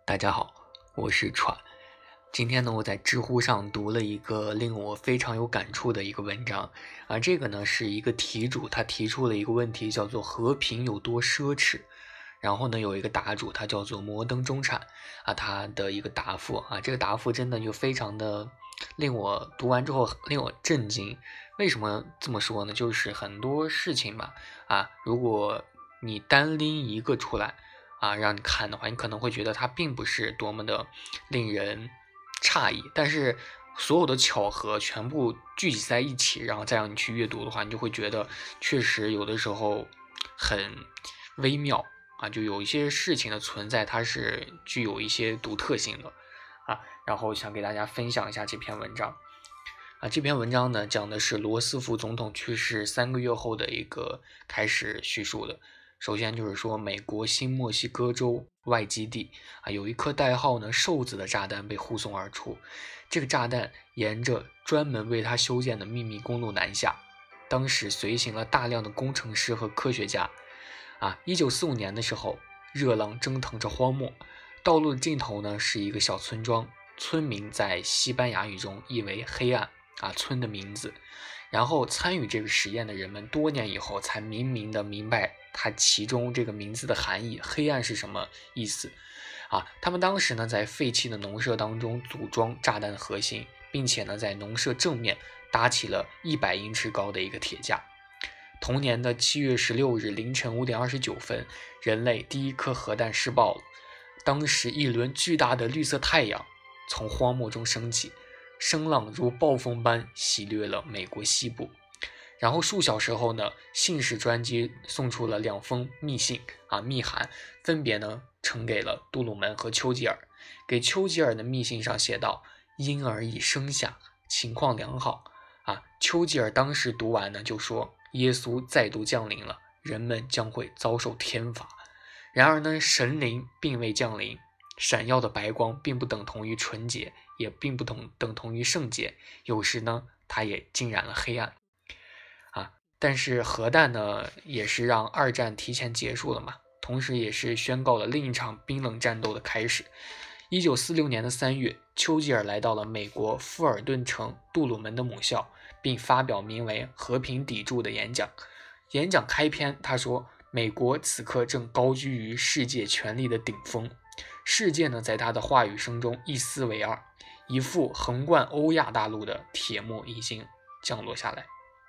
大家好，我是喘。今天呢，我在知乎上读了一个令我非常有感触的一个文章，这个呢是一个题主，他提出了一个问题，叫做和平有多奢侈。然后呢，有一个答主，他叫做摩登中产他的一个答复这个答复真的就非常的令我读完之后令我震惊。为什么这么说呢？就是很多事情吧如果你单拎一个出来让你看的话，你可能会觉得它并不是多么的令人诧异，但是所有的巧合全部聚集在一起，然后再让你去阅读的话，你就会觉得确实有的时候很微妙就有一些事情的存在，它是具有一些独特性的然后想给大家分享一下这篇文章这篇文章呢讲的是罗斯福总统去世3个月后的一个开始叙述的。首先就是说，美国新墨西哥州外基地有一颗代号呢瘦子的炸弹被护送而出。这个炸弹沿着专门为它修建的秘密公路南下，当时随行了大量的工程师和科学家1945年的时候，热浪蒸腾着荒漠，道路的尽头呢是一个小村庄，村民在西班牙语中译为黑暗村的名字。然后参与这个实验的人们多年以后才明白它其中这个名字的含义，黑暗是什么意思他们当时呢在废弃的农舍当中组装炸弹核心，并且呢在农舍正面搭起了100英尺高的一个铁架。同年的7月16日凌晨5点29分，人类第一颗核弹试爆了。当时一轮巨大的绿色太阳从荒漠中升起，声浪如暴风般袭掠了美国西部。然后数小时后呢，信使专机送出了2封密信密函，分别呢呈给了杜鲁门和丘吉尔。给丘吉尔的密信上写道：婴儿已生下，情况良好丘吉尔当时读完呢就说，耶稣再度降临了，人们将会遭受天罚。然而呢，神灵并未降临，闪耀的白光并不等同于纯洁，也并不等同于圣洁，有时呢它也浸染了黑暗但是核弹呢也是让2战提前结束了嘛，同时也是宣告了另一场冰冷战斗的开始。1946年的3月，丘吉尔来到了美国富尔顿城杜鲁门的母校，并发表名为和平砥柱的演讲。演讲开篇他说，美国此刻正高居于世界权力的顶峰，世界呢在他的话语声中一撕为二，一副横贯欧亚大陆的铁幕已经降落下来。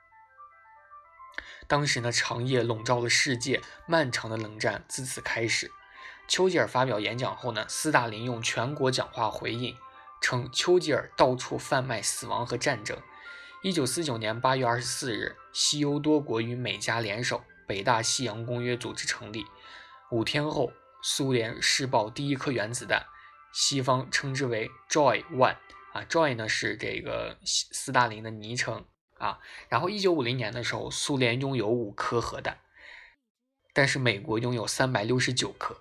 当时呢，长夜笼罩了世界，漫长的冷战自此开始。丘吉尔发表演讲后呢，斯大林用全国讲话回应，称丘吉尔到处贩卖死亡和战争。1949年8月24日，西欧多国与美加联手，北大西洋公约组织成立。5天后，苏联试爆第一颗原子弹，西方称之为 Joy 1Joy 呢是这个斯大林的昵称然后1950年的时候，苏联拥有5颗核弹，但是美国拥有369颗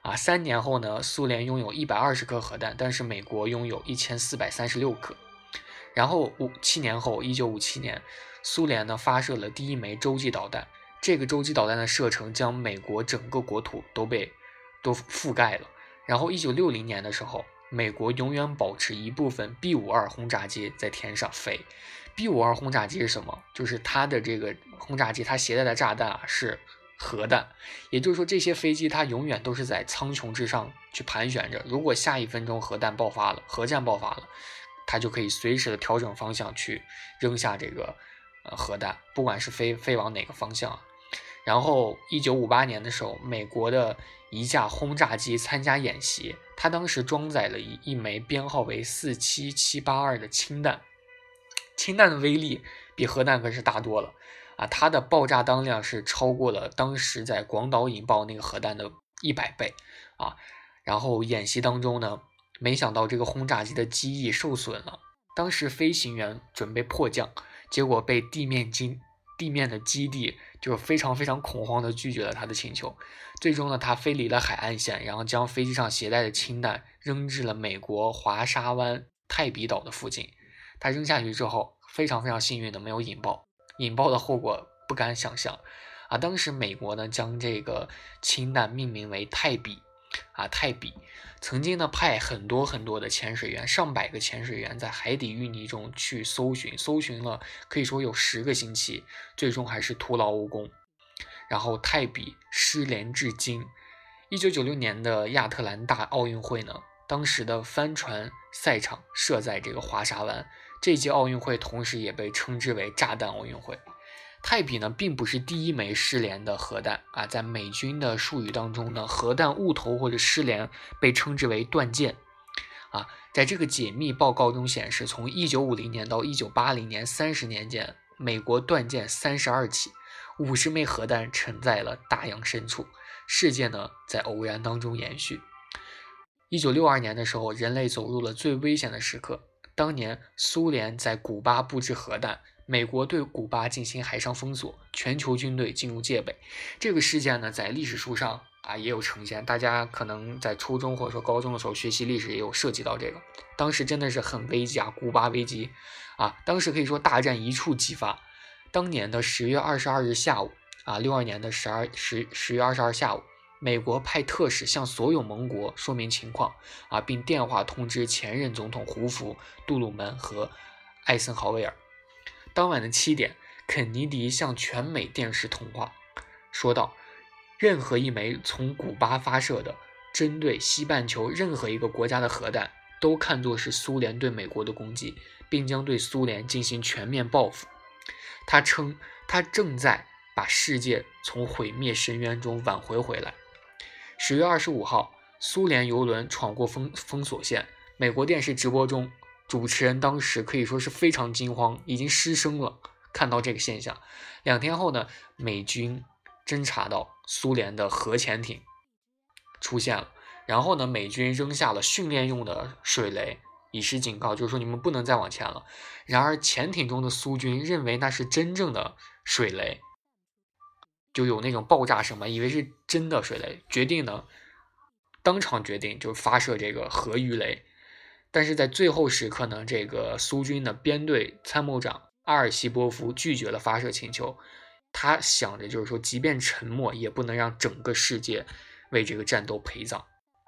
3年后呢，苏联拥有120颗核弹，但是美国拥有1436颗。然后7年后，1957年，苏联呢发射了第一枚洲际导弹，这个洲际导弹的射程将美国整个国土都覆盖了。然后1960年的时候，美国永远保持一部分 B-52 轰炸机在天上飞。B-52 轰炸机是什么？就是它的这个轰炸机，它携带的炸弹是核弹，也就是说这些飞机它永远都是在苍穹之上去盘旋着，如果下1分钟核战爆发了，它就可以随时的调整方向去扔下这个核弹，不管是飞往哪个方向然后1958年的时候，美国的一架轰炸机参加演习，它当时装载了一枚编号为47782的氢弹。氢弹的威力比核弹可是大多了它的爆炸当量是超过了当时在广岛引爆那个核弹的100倍然后演习当中呢，没想到这个轰炸机的机翼受损了，当时飞行员准备迫降，结果被地面的基地就是非常恐慌的拒绝了他的请求。最终呢，他飞离了海岸线，然后将飞机上携带的氢弹扔至了美国华沙湾泰比岛的附近。他扔下去之后，非常幸运的没有引爆的后果不敢想象当时美国呢将这个氢弹命名为泰比泰比曾经呢派很多很多的潜水员，上百个潜水员在海底淤泥中去搜寻了可以说有10个星期，最终还是徒劳无功。然后泰比失联至今。1996年的亚特兰大奥运会呢，当时的帆船赛场设在这个华沙湾，这届奥运会同时也被称之为炸弹奥运会。泰比呢并不是第一枚失联的核弹在美军的术语当中呢，核弹误投或者失联被称之为断舰在这个解密报告中显示，从1950年到1980年30年间，美国断舰32起，50枚核弹沉在了大洋深处。事件呢在偶然当中延续。1962年的时候，人类走入了最危险的时刻。当年苏联在古巴布置核弹，美国对古巴进行海上封锁，全球军队进入戒备。这个事件呢在历史书上也有呈现，大家可能在初中或者说高中的时候学习历史也有涉及到这个。当时真的是很危急古巴危机当时可以说大战一触即发。当年的10月22日下午62年的10月22日下午，美国派特使向所有盟国说明情况并电话通知前任总统胡佛、杜鲁门和艾森豪威尔。当晚的7点，肯尼迪向全美电视通话，说道：任何一枚从古巴发射的针对西半球任何一个国家的核弹，都看作是苏联对美国的攻击，并将对苏联进行全面报复。他称他正在把世界从毁灭深渊中挽回回来。10月25号，苏联油轮闯过封锁线，美国电视直播中，主持人当时可以说是非常惊慌，已经失声了。看到这个现象，2天后呢，美军侦察到苏联的核潜艇出现了，然后呢，美军扔下了训练用的水雷，以示警告，就是说你们不能再往前了。然而潜艇中的苏军认为那是真正的水雷，就有那种爆炸声嘛，以为是真的水雷，当场决定就发射这个核鱼雷。但是在最后时刻呢，这个苏军的编队参谋长阿尔西波夫拒绝了发射请求。他想着就是说，即便沉默也不能让整个世界为这个战斗陪葬。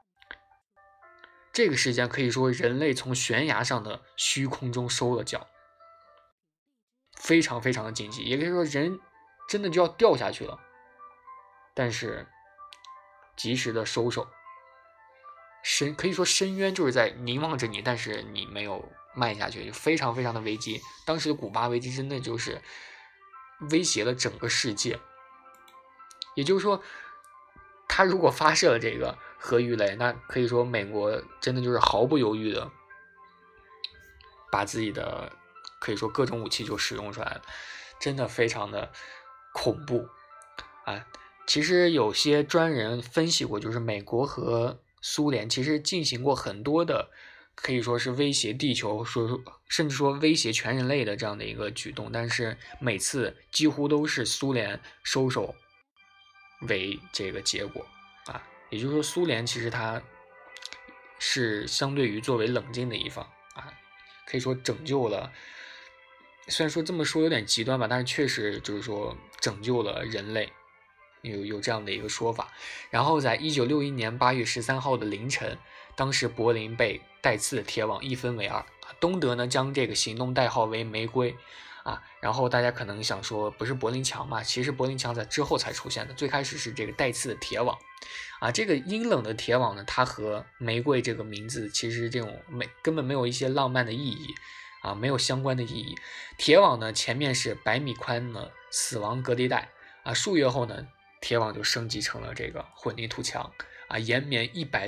这个事件可以说人类从悬崖上的虚空中收了脚，非常非常的紧急，也可以说人真的就要掉下去了，但是及时的收手。可以说深渊就是在凝望着你，但是你没有迈下去，非常非常的危机。当时的古巴危机真的就是威胁了整个世界。也就是说，他如果发射了这个核鱼雷，那可以说美国真的就是毫不犹豫的把自己的可以说各种武器就使用出来了，真的非常的恐怖其实有些专人分析过，就是美国和苏联其实进行过很多的可以说是威胁地球，甚至说威胁全人类的这样的一个举动，但是每次几乎都是苏联收手为这个结果也就是说苏联其实它是相对于作为冷静的一方可以说拯救了，虽然说这么说有点极端吧，但是确实就是说拯救了人类，有这样的一个说法。然后在1961年8月13号的凌晨，当时柏林被带刺的铁网一分为二，东德呢将这个行动代号为玫瑰然后大家可能想说不是柏林墙嘛，其实柏林墙在之后才出现的，最开始是这个带刺的铁网这个阴冷的铁网呢，它和玫瑰这个名字其实这种根本没有一些浪漫的意义没有相关的意义。铁网呢前面是100米宽的死亡隔离带数月后呢，铁网就升级成了这个混凝土墙延绵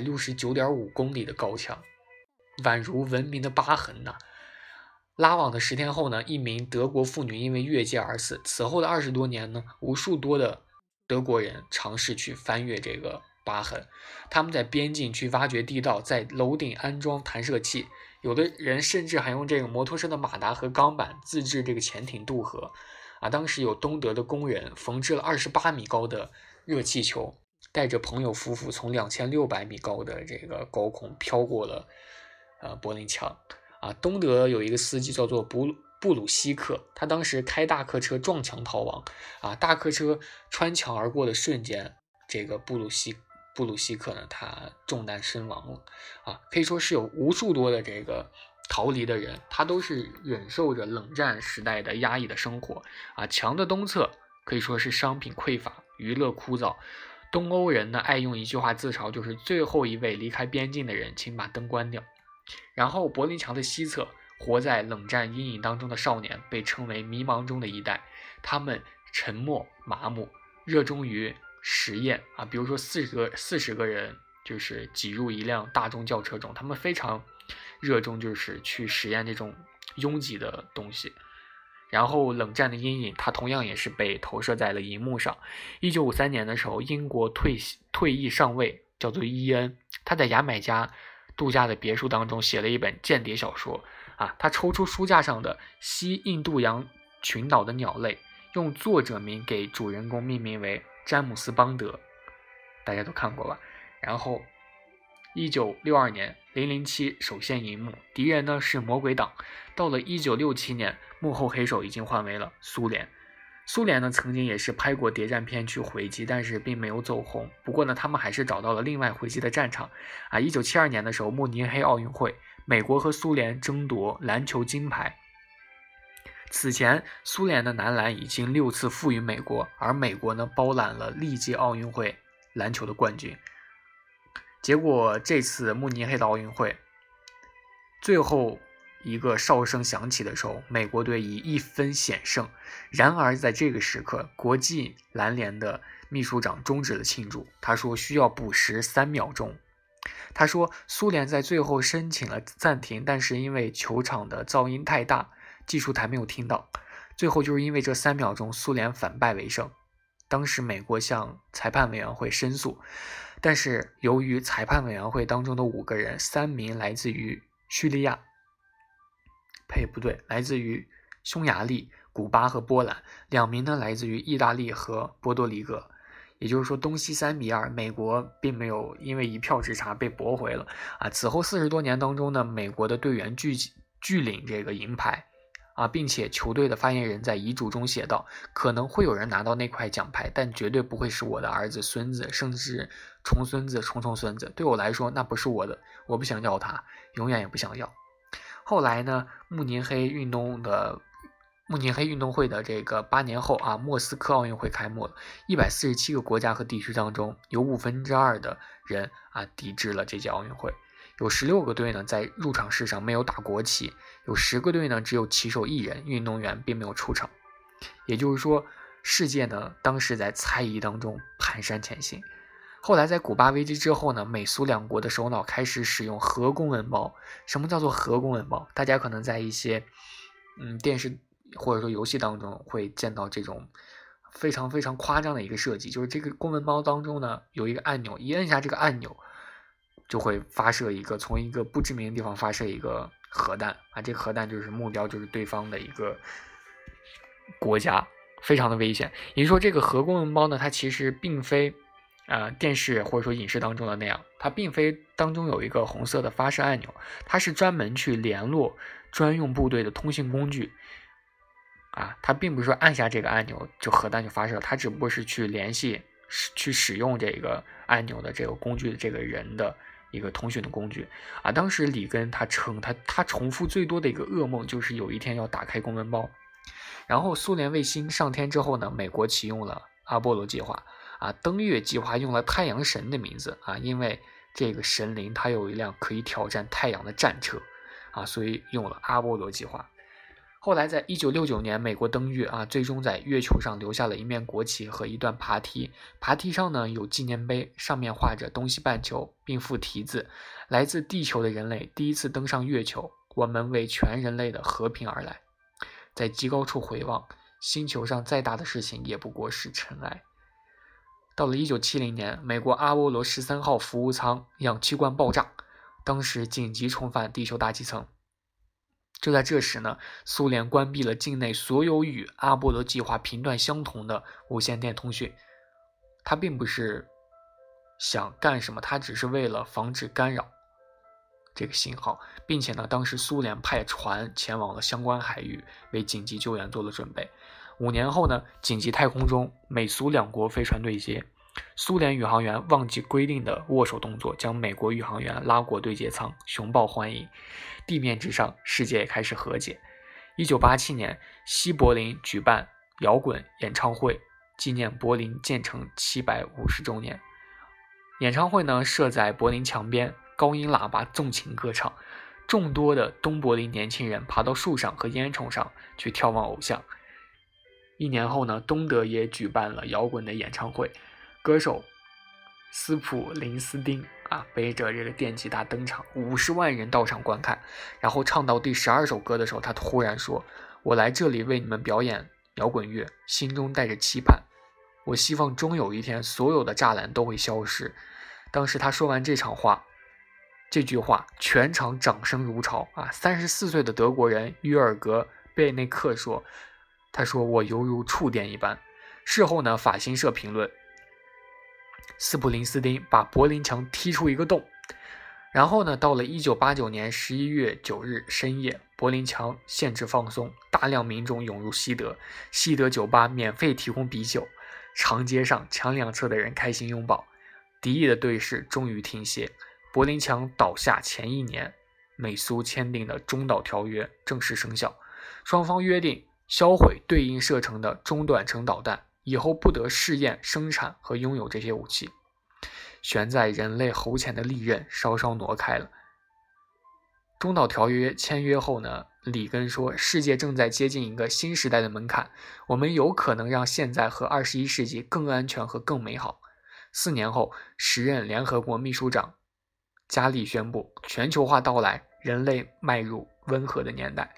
169.5公里的高墙，宛如文明的疤痕拉网的10天后呢，一名德国妇女因为越界而死。此后的20多年呢，无数多的德国人尝试去翻越这个疤痕，他们在边境去挖掘地道，在楼顶安装弹射器，有的人甚至还用这个摩托车的马达和钢板自制这个潜艇渡河当时有东德的工人缝制了28米高的热气球，带着朋友夫妇从2600米高的这个高空飘过了柏林墙东德有一个司机叫做布鲁希克，他当时开大客车撞墙逃亡大客车穿墙而过的瞬间，这个布鲁希布鲁希克呢，他中弹身亡了啊，可以说是有无数多的这个逃离的人，他都是忍受着冷战时代的压抑的生活啊。墙的东侧可以说是商品匮乏，娱乐枯燥。东欧人呢爱用一句话自嘲，就是最后一位离开边境的人，请把灯关掉。然后柏林墙的西侧，活在冷战阴影当中的少年被称为迷茫中的一代，他们沉默麻木，热衷于实验啊，比如说40个人就是挤入一辆大众轿车中，他们非常热衷就是去实验这种拥挤的东西。然后冷战的阴影它同样也是被投射在了荧幕上。1953年的时候，英国退役上尉叫做伊恩，他在牙买加度假的别墅当中写了一本间谍小说啊，他抽出书架上的西印度洋群岛的鸟类，用作者名给主人公命名为詹姆斯邦德，大家都看过吧。然后1962年007首现荧幕，敌人呢是魔鬼党。到了1967年，幕后黑手已经换为了苏联。苏联呢曾经也是拍过谍战片去回击，但是并没有走红。不过呢，他们还是找到了另外回击的战场啊。1972年的时候，慕尼黑奥运会，美国和苏联争夺篮球金牌。此前，苏联的男篮已经6次负于美国，而美国呢包揽了历届奥运会篮球的冠军。结果这次慕尼黑的奥运会，最后一个哨声响起的时候，美国队以1分险胜。然而在这个时刻，国际篮联的秘书长终止了庆祝，他说需要补时3秒钟。他说苏联在最后申请了暂停，但是因为球场的噪音太大，技术台没有听到。最后就是因为这3秒钟，苏联反败为胜。当时美国向裁判委员会申诉，但是由于裁判委员会当中的5个人，3名来自于叙利亚，来自于匈牙利、古巴和波兰，2名呢来自于意大利和波多黎各。也就是说东西3比2，美国并没有因为1票之差被驳回了啊。此后40多年当中呢，美国的队员拒领这个银牌啊，并且球队的发言人在遗嘱中写道，可能会有人拿到那块奖牌，但绝对不会是我的儿子、孙子，甚至重孙子、重孙子。对我来说，那不是我的，我不想要它，永远也不想要。后来呢，慕尼黑运动会的这个8年后啊，莫斯科奥运会开幕了。147个国家和地区当中，有2/5的人啊抵制了这届奥运会。有16个队呢在入场式上没有打国旗，有10个队呢只有旗手1人，运动员并没有出场。也就是说，世界呢当时在猜疑当中蹒跚前行。后来在古巴危机之后呢，美苏两国的首脑开始使用核公文包。什么叫做核公文包？大家可能在一些电视或者说游戏当中会见到这种非常非常夸张的一个设计，就是这个公文包当中呢有一个按钮，一摁下这个按钮就会发射从一个不知名的地方发射一个核弹啊，这个核弹就是目标就是对方的一个国家，非常的危险。也就是说，这个核公文包呢，它其实并非电视或者说影视当中的那样，它并非当中有一个红色的发射按钮，它是专门去联络专用部队的通信工具啊，它并不是说按下这个按钮就核弹就发射，它只不过是去联系去使用这个按钮的这个工具的这个人的一个通讯的工具啊。当时里根他称他重复最多的一个噩梦就是有一天要打开公文包。然后苏联卫星上天之后呢，美国启用了阿波罗计划啊，登月计划用了太阳神的名字啊，因为这个神灵他有一辆可以挑战太阳的战车啊，所以用了阿波罗计划。后来在1969年美国登月啊，最终在月球上留下了一面国旗和一段爬梯，爬梯上呢有纪念碑，上面画着东西半球，并附题字：来自地球的人类第一次登上月球，我们为全人类的和平而来。在极高处回望，星球上再大的事情也不过是尘埃。到了1970年，美国阿波罗13号服务舱氧气罐爆炸，当时紧急重返地球大气层。就在这时呢，苏联关闭了境内所有与阿波罗计划频段相同的无线电通讯。它并不是想干什么，它只是为了防止干扰这个信号，并且呢，当时苏联派船前往了相关海域，为紧急救援做了准备。5年后呢，紧急太空中美苏两国飞船对接， 苏联宇航员忘记规定的握手动作，将美国宇航员拉过对接舱，熊抱欢迎。地面之上，世界也开始和解。1987年，西柏林举办摇滚演唱会，纪念柏林建成750周年。演唱会呢设在柏林墙边，高音喇叭纵情歌唱，众多的东柏林年轻人爬到树上和烟囱上去眺望偶像。1年后呢，东德也举办了摇滚的演唱会，歌手斯普林斯丁背着这个电吉他登场，50万人到场观看。然后唱到第12首歌的时候，他突然说：“我来这里为你们表演摇滚乐，心中带着期盼。我希望终有一天，所有的栅栏都会消失。”当时他说完这句话，全场掌声如潮34岁的德国人约尔格贝内克说：“他说我犹如触电一般。”事后呢，法新社评论，斯普林斯丁把柏林墙踢出一个洞。然后呢，到了1989年11月9日深夜，柏林墙限制放松，大量民众涌入西德酒吧免费提供啤酒，长街上墙两侧的人开心拥抱，敌意的对视终于停歇。柏林墙倒下前1年，美苏签订的中导条约正式生效，双方约定销毁对应射程的中短程导弹，以后不得试验、生产和拥有这些武器。悬在人类喉前的利刃稍稍挪开了。中导条约签约后呢，里根说，世界正在接近一个新时代的门槛，我们有可能让现在和21世纪更安全和更美好。4年后，时任联合国秘书长加利宣布，全球化到来，人类迈入温和的年代。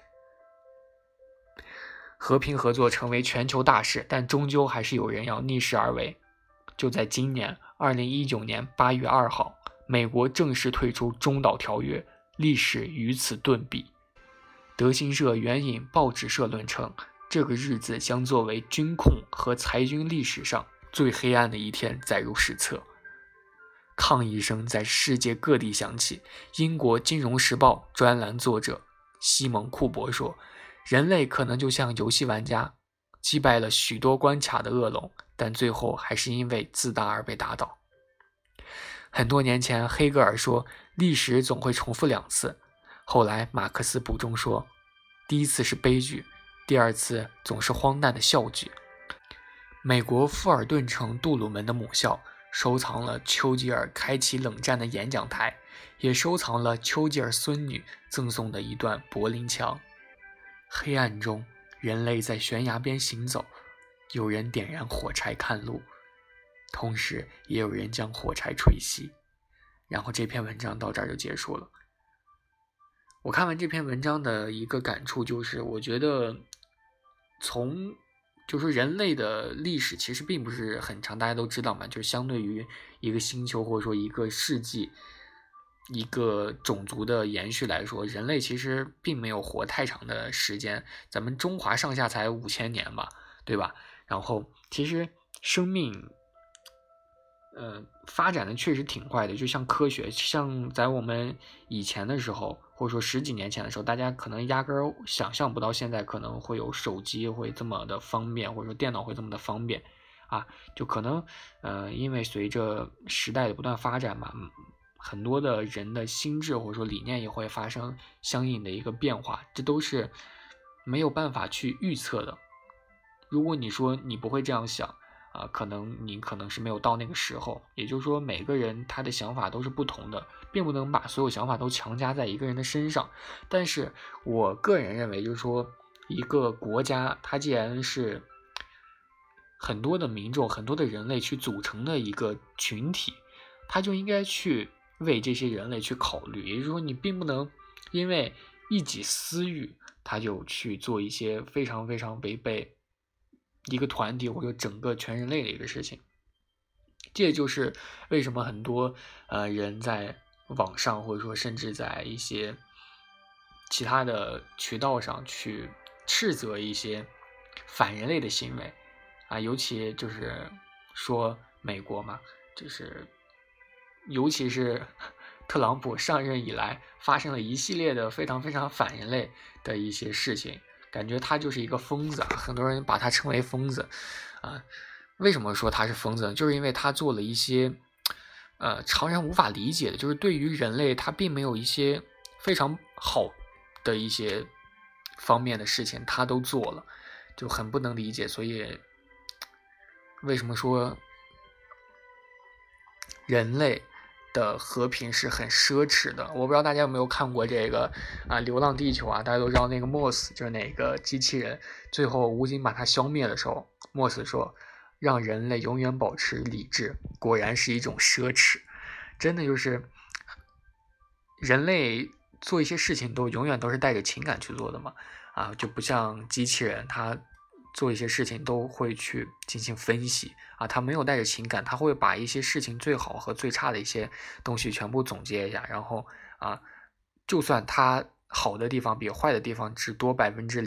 和平合作成为全球大事，但终究还是有人要逆势而为。就在今年2019年8月2号，美国正式退出中导条约，历史于此顿笔。德新社援引报纸社论称，这个日子将作为军控和裁军历史上最黑暗的一天载入史册。抗议声在世界各地响起。英国《金融时报》专栏作者西蒙·库珀说，人类可能就像游戏玩家，击败了许多关卡的恶龙，但最后还是因为自大而被打倒。很多年前，黑格尔说，历史总会重复2次。后来马克思补充说，第一次是悲剧，第二次总是荒诞的笑剧。美国富尔顿城杜鲁门的母校收藏了丘吉尔开启冷战的演讲台，也收藏了丘吉尔孙女赠送的一段柏林墙。黑暗中，人类在悬崖边行走，有人点燃火柴看路，同时也有人将火柴吹熄。然后这篇文章到这儿就结束了。我看完这篇文章的一个感触就是，我觉得就是人类的历史其实并不是很长，大家都知道嘛，就是相对于一个星球或者说一个世纪、一个种族的延续来说，人类其实并没有活太长的时间，咱们中华上下才5000年吧，对吧？然后其实生命发展的确实挺快的，就像科学，像在我们以前的时候，或者说10几年前的时候，大家可能压根儿想象不到现在可能会有手机会这么的方便，或者说电脑会这么的方便就可能因为随着时代的不断发展嘛，很多的人的心智或者说理念也会发生相应的一个变化，这都是没有办法去预测的。如果你说你不会这样想你可能是没有到那个时候，也就是说每个人他的想法都是不同的，并不能把所有想法都强加在一个人的身上。但是我个人认为，就是说一个国家它既然是很多的民众、很多的人类去组成的一个群体，它就应该去为这些人类去考虑。也就是说，你并不能因为一己私欲，他就去做一些非常非常违背一个团体或者整个全人类的一个事情。这也就是为什么很多人在网上或者说甚至在一些其他的渠道上去斥责一些反人类的行为尤其就是说美国嘛，就是尤其是特朗普上任以来发生了一系列的非常非常反人类的一些事情，感觉他就是一个疯子很多人把他称为疯子为什么说他是疯子呢？就是因为他做了一些常人无法理解的，就是对于人类他并没有一些非常好的一些方面的事情他都做了，就很不能理解。所以为什么说人类的和平是很奢侈的？我不知道大家有没有看过这个流浪地球》啊，大家都知道那个莫斯就是那个机器人，最后吴京把它消灭的时候，莫斯说让人类永远保持理智，果然是一种奢侈。真的就是人类做一些事情都永远都是带着情感去做的嘛，就不像机器人，他做一些事情都会去进行分析他没有带着情感，他会把一些事情最好和最差的一些东西全部总结一下，然后就算他好的地方比坏的地方只多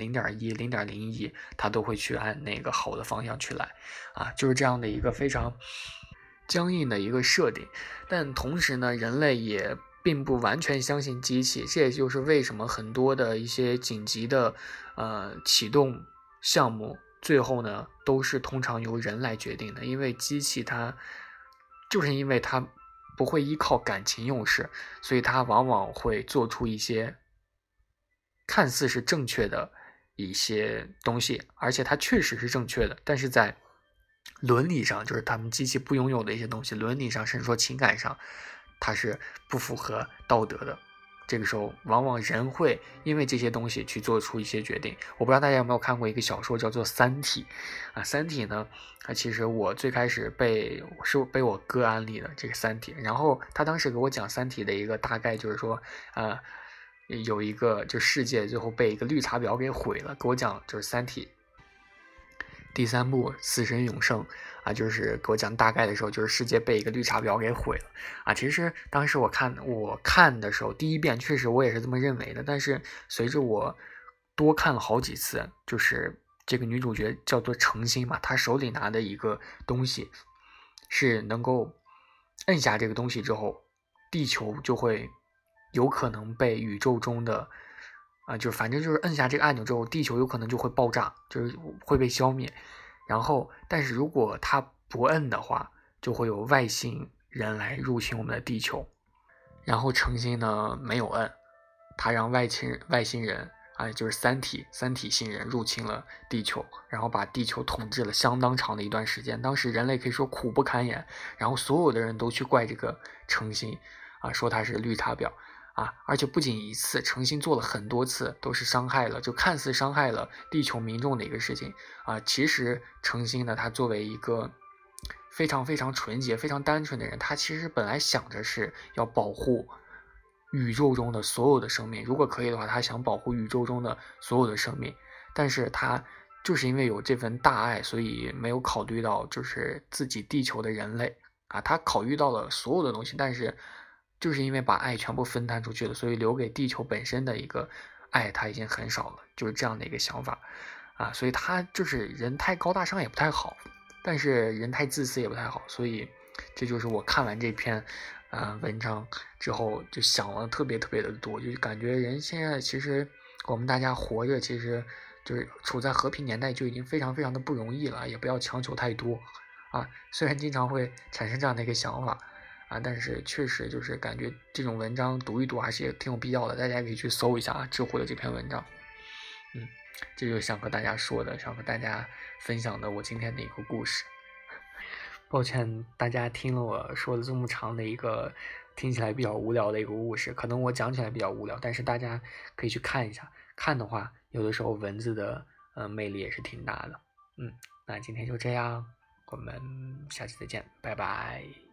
0.1%、0.01%，他都会去按那个好的方向去来就是这样的一个非常僵硬的一个设定。但同时呢，人类也并不完全相信机器，这也就是为什么很多的一些紧急的启动项目最后呢都是通常由人来决定的，因为机器它就是因为它不会依靠感情用事，所以它往往会做出一些看似是正确的一些东西，而且它确实是正确的，但是在伦理上，就是他们机器不拥有的一些东西，伦理上甚至说情感上，它是不符合道德的。这个时候，往往人会因为这些东西去做出一些决定。我不知道大家有没有看过一个小说叫做《三体》《三体》呢，其实我最开始被我哥安利的这个《三体》，然后他当时给我讲《三体》的一个大概，就是说有一个就世界最后被一个绿茶婊给毁了，给我讲就是《三体》第3部死神永生就是给我讲大概的时候，就是世界被一个绿茶婊给毁了其实当时我看的时候，第一遍确实我也是这么认为的，但是随着我多看了好几次，就是这个女主角叫做程心嘛，她手里拿的一个东西是能够摁下这个东西之后，地球就会有可能被宇宙中的就反正就是摁下这个按钮之后，地球有可能就会爆炸，就是会被消灭。然后，但是如果它不摁的话，就会有外星人来入侵我们的地球。然后程心呢没有摁，他让外星人就是三体星人入侵了地球，然后把地球统治了相当长的一段时间。当时人类可以说苦不堪言，然后所有的人都去怪这个程心说他是绿茶婊。而且不仅一次，程心做了很多次，都是看似伤害了地球民众的一个事情其实程心呢，他作为一个非常非常纯洁、非常单纯的人，他其实本来想着是要保护宇宙中的所有的生命，如果可以的话，他想保护宇宙中的所有的生命，但是他就是因为有这份大爱，所以没有考虑到就是自己地球的人类他考虑到了所有的东西，但是就是因为把爱全部分摊出去了，所以留给地球本身的一个爱他已经很少了，就是这样的一个想法所以他就是人太高大上也不太好，但是人太自私也不太好，所以这就是我看完这篇文章之后就想了特别特别的多，就感觉人现在其实我们大家活着其实就是处在和平年代就已经非常非常的不容易了，也不要强求太多虽然经常会产生这样的一个想法但是确实就是感觉这种文章读一读还是也挺有必要的，大家可以去搜一下知乎的这篇文章。这就是想和大家说的，想和大家分享的我今天的一个故事。抱歉大家听了我说的这么长的一个听起来比较无聊的一个故事，可能我讲起来比较无聊，但是大家可以去看一下，看的话有的时候文字的魅力也是挺大的。那今天就这样，我们下期再见，拜拜。